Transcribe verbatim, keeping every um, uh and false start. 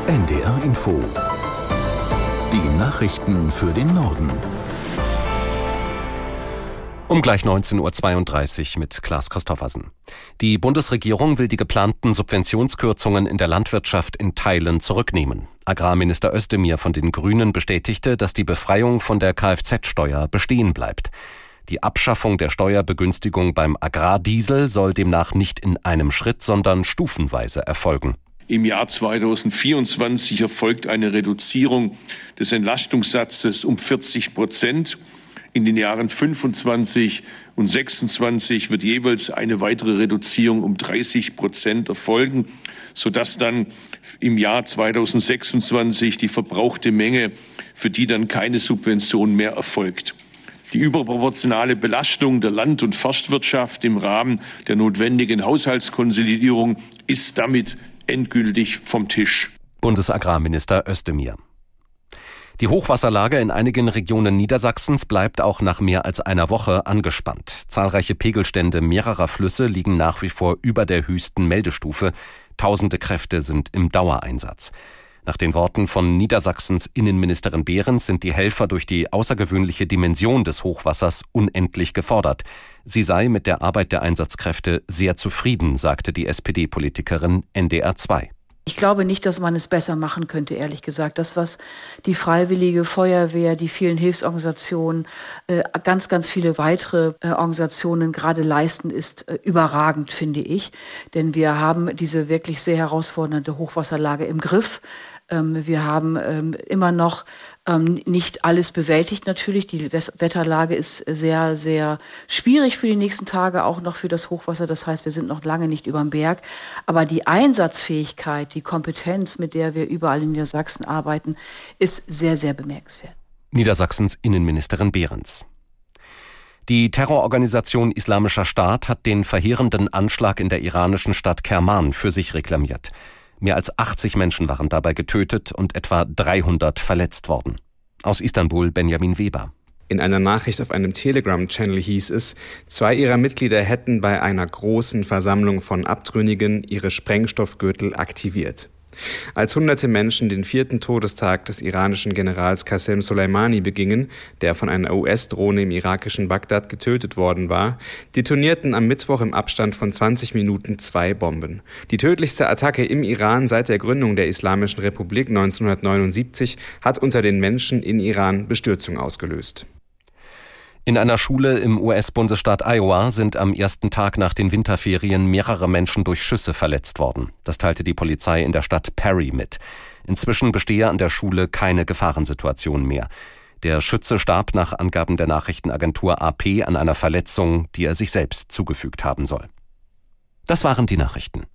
N D R Info. Die Nachrichten für den Norden. Um gleich neunzehn Uhr zweiunddreißig mit Klaas Christoffersen. Die Bundesregierung will die geplanten Subventionskürzungen in der Landwirtschaft in Teilen zurücknehmen. Agrarminister Özdemir von den Grünen bestätigte, dass die Befreiung von der Kfz-Steuer bestehen bleibt. Die Abschaffung der Steuerbegünstigung beim Agrardiesel soll demnach nicht in einem Schritt, sondern stufenweise erfolgen. Im Jahr zweitausendvierundzwanzig erfolgt eine Reduzierung des Entlastungssatzes um vierzig Prozent. In den Jahren fünfundzwanzig und sechsundzwanzig wird jeweils eine weitere Reduzierung um dreißig Prozent erfolgen, sodass dann im Jahr zweitausendsechsundzwanzig die verbrauchte Menge, für die dann keine Subvention mehr erfolgt. Die überproportionale Belastung der Land- und Forstwirtschaft im Rahmen der notwendigen Haushaltskonsolidierung ist damit endgültig vom Tisch. Bundesagrarminister Özdemir. Die Hochwasserlage in einigen Regionen Niedersachsens bleibt auch nach mehr als einer Woche angespannt. Zahlreiche Pegelstände mehrerer Flüsse liegen nach wie vor über der höchsten Meldestufe. Tausende Kräfte sind im Dauereinsatz. Nach den Worten von Niedersachsens Innenministerin Behrens sind die Helfer durch die außergewöhnliche Dimension des Hochwassers unendlich gefordert. Sie sei mit der Arbeit der Einsatzkräfte sehr zufrieden, sagte die S P D-Politikerin N D R zwei. Ich glaube nicht, dass man es besser machen könnte, ehrlich gesagt. Das, was die Freiwillige Feuerwehr, die vielen Hilfsorganisationen, äh, ganz, ganz viele weitere äh, Organisationen gerade leisten, ist äh, überragend, finde ich. Denn wir haben diese wirklich sehr herausfordernde Hochwasserlage im Griff. Ähm, wir haben ähm, immer noch ähm, nicht alles bewältigt natürlich. Die Wetterlage ist sehr, sehr schwierig für die nächsten Tage, auch noch für das Hochwasser. Das heißt, wir sind noch lange nicht über dem Berg. Aber die Einsatzfähigkeit, die Kompetenz, mit der wir überall in Niedersachsen arbeiten, ist sehr, sehr bemerkenswert. Niedersachsens Innenministerin Behrens. Die Terrororganisation Islamischer Staat hat den verheerenden Anschlag in der iranischen Stadt Kerman für sich reklamiert. Mehr als achtzig Menschen waren dabei getötet und etwa dreihundert verletzt worden. Aus Istanbul Benjamin Weber. In einer Nachricht auf einem Telegram-Channel hieß es, zwei ihrer Mitglieder hätten bei einer großen Versammlung von Abtrünnigen ihre Sprengstoffgürtel aktiviert. Als hunderte Menschen den vierten Todestag des iranischen Generals Qasem Soleimani begingen, der von einer U S-Drohne im irakischen Bagdad getötet worden war, detonierten am Mittwoch im Abstand von zwanzig Minuten zwei Bomben. Die tödlichste Attacke im Iran seit der Gründung der Islamischen Republik neunzehnhundertneunundsiebzig hat unter den Menschen in Iran Bestürzung ausgelöst. In einer Schule im U S-Bundesstaat Iowa sind am ersten Tag nach den Winterferien mehrere Menschen durch Schüsse verletzt worden. Das teilte die Polizei in der Stadt Perry mit. Inzwischen bestehe an der Schule keine Gefahrensituation mehr. Der Schütze starb nach Angaben der Nachrichtenagentur A P an einer Verletzung, die er sich selbst zugefügt haben soll. Das waren die Nachrichten.